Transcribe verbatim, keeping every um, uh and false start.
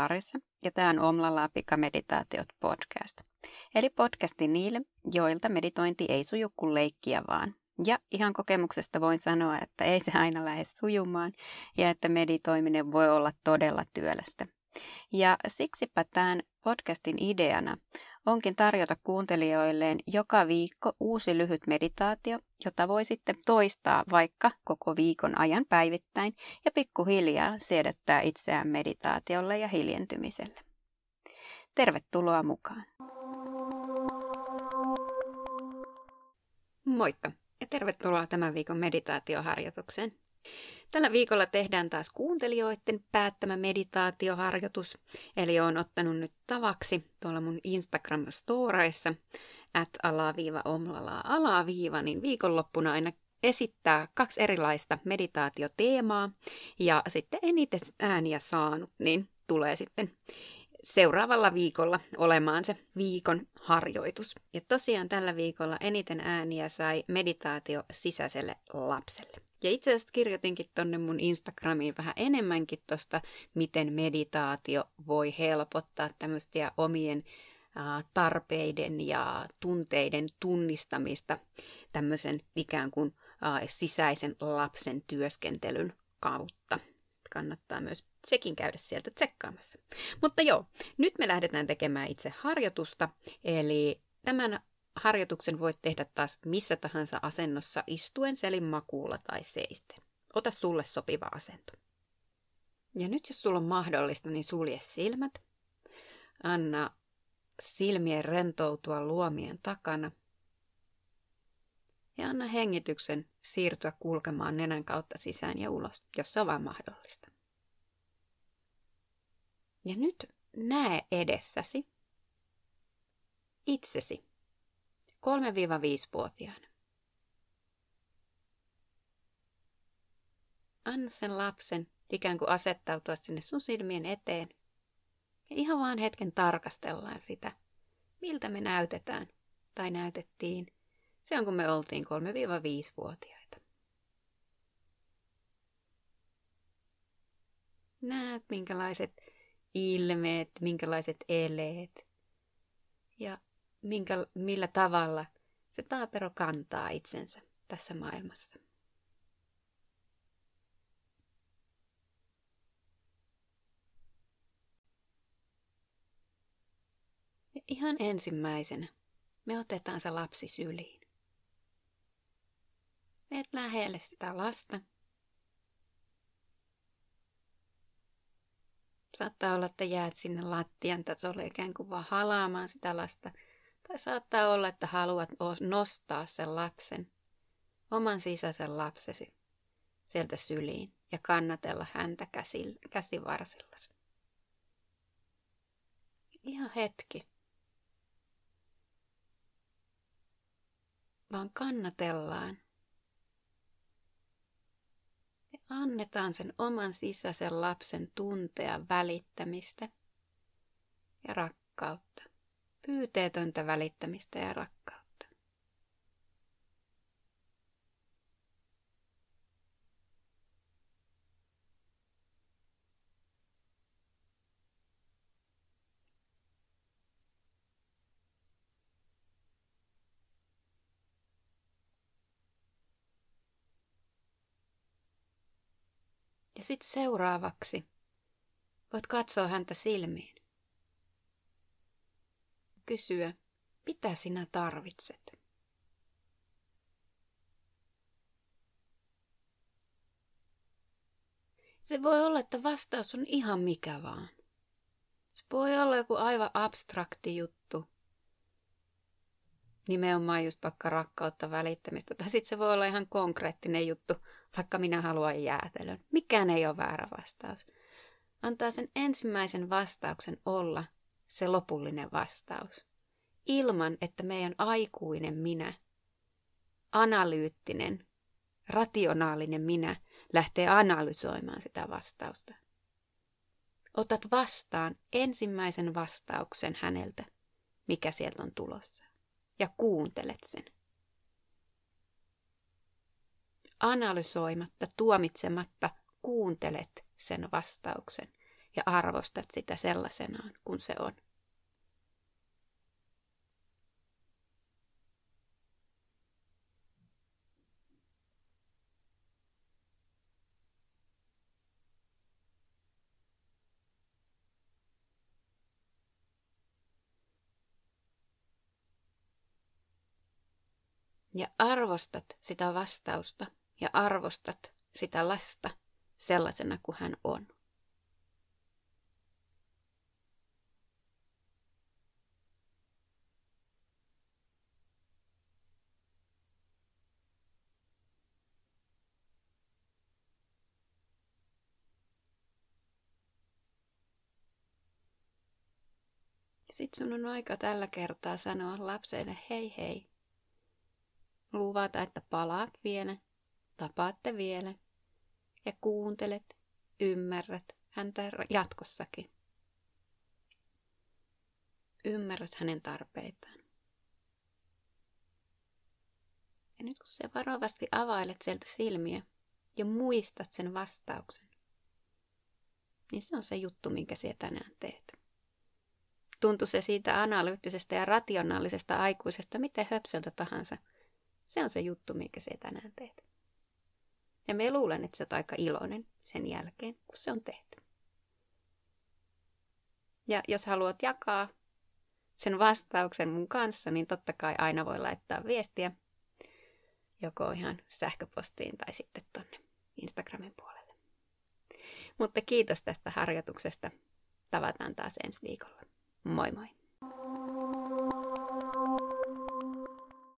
parissa ja tämä on Omlalaa Pikameditaatiot podcast. Eli podcasti niille, joilta meditointi ei suju kuin leikkiä vaan. Ja ihan kokemuksesta voin sanoa, että ei se aina lähde sujumaan ja että meditoiminen voi olla todella työlästä. Ja siksipä tämän podcastin ideana onkin tarjota kuuntelijoilleen joka viikko uusi lyhyt meditaatio, jota voi sitten toistaa vaikka koko viikon ajan päivittäin ja pikkuhiljaa siedättää itseään meditaatiolle ja hiljentymiselle. Tervetuloa mukaan! Moikka ja tervetuloa tämän viikon meditaatioharjoitukseen. Tällä viikolla tehdään taas kuuntelijoiden päättämä meditaatioharjoitus, eli olen ottanut nyt tavaksi tuolla mun Instagram-storeissa at alaviiva omlalaa alaviiva, niin viikonloppuna aina esittää kaksi erilaista meditaatioteemaa, ja sitten eniten ääniä saanut, niin tulee sitten seuraavalla viikolla olemaan se viikon harjoitus. Ja tosiaan tällä viikolla eniten ääniä sai meditaatio sisäiselle lapselle. Ja itse asiassa kirjoitinkin tonne mun Instagramiin vähän enemmänkin tosta, miten meditaatio voi helpottaa tämmöistä omien ä, tarpeiden ja tunteiden tunnistamista tämmöisen ikään kuin ä, sisäisen lapsen työskentelyn kautta. Kannattaa myös sekin käydä sieltä tsekkaamassa. Mutta joo, nyt me lähdetään tekemään itse harjoitusta, eli tämän harjoituksen voit tehdä taas missä tahansa asennossa istuen, selin makuulla tai seisten. Ota sulle sopiva asento. Ja nyt jos sulla on mahdollista, niin sulje silmät. Anna silmien rentoutua luomien takana. Ja anna hengityksen siirtyä kulkemaan nenän kautta sisään ja ulos, jos se on vain mahdollista. Ja nyt näe edessäsi itsesi kolme-viisivuotiaana. Anna sen lapsen ikään kuin asettautua sinne sun silmien eteen. Ja ihan vaan hetken tarkastellaan sitä, miltä me näytetään tai näytettiin silloin, kun me oltiin kolme-viisivuotiaita. Näet, minkälaiset ilmeet, minkälaiset eleet ja minkä, millä tavalla se taapero kantaa itsensä tässä maailmassa. Ja ihan ensimmäisenä me otetaan se lapsi syliin. Meet lähelle sitä lasta. Saattaa olla, että jäät sinne lattian tasolle ikään kuin vaan halaamaan sitä lasta. Tai saattaa olla, että haluat nostaa sen lapsen, oman sisäisen lapsesi, sieltä syliin ja kannatella häntä käsivarsillasi. Ihan hetki. Vaan kannatellaan. Ja annetaan sen oman sisäisen lapsen tuntea välittämistä ja rakkautta. Pyyteetöntä välittämistä ja rakkautta. Ja sitten seuraavaksi voit katsoa häntä silmiin. Kysyä, mitä sinä tarvitset? Se voi olla, että vastaus on ihan mikä vaan. Se voi olla joku aivan abstrakti juttu. Nimenomaan just vaikka rakkautta välittämistä. Tai sitten se voi olla ihan konkreettinen juttu, vaikka minä haluan jäätelön. Mikään ei ole väärä vastaus. Antaa sen ensimmäisen vastauksen olla se lopullinen vastaus. Ilman, että meidän aikuinen minä, analyyttinen, rationaalinen minä lähtee analysoimaan sitä vastausta. Otat vastaan ensimmäisen vastauksen häneltä, mikä sieltä on tulossa, ja kuuntelet sen. Analysoimatta, tuomitsematta, kuuntelet sen vastauksen ja arvostat sitä sellaisenaan, kun se on. Ja arvostat sitä vastausta ja arvostat sitä lasta sellaisena kuin hän on. Sitten sun on aika tällä kertaa sanoa lapselle hei hei. Luvata, että palaat vielä, tapaatte vielä ja kuuntelet, ymmärrät häntä jatkossakin. Ymmärrät hänen tarpeitaan. Ja nyt kun sä varovasti availet sieltä silmiä ja muistat sen vastauksen, niin se on se juttu, minkä sä tänään teet. Tuntuu se siitä analyyttisestä ja rationaalisesta aikuisesta, miten höpsöltä tahansa. Se on se juttu, minkä sä tänään teet. Ja me luulen, että sä oot aika iloinen sen jälkeen, kun se on tehty. Ja jos haluat jakaa sen vastauksen mun kanssa, niin totta kai aina voi laittaa viestiä. Joko ihan sähköpostiin tai sitten tonne Instagramin puolelle. Mutta kiitos tästä harjoituksesta. Tavataan taas ensi viikolla. Moi moi!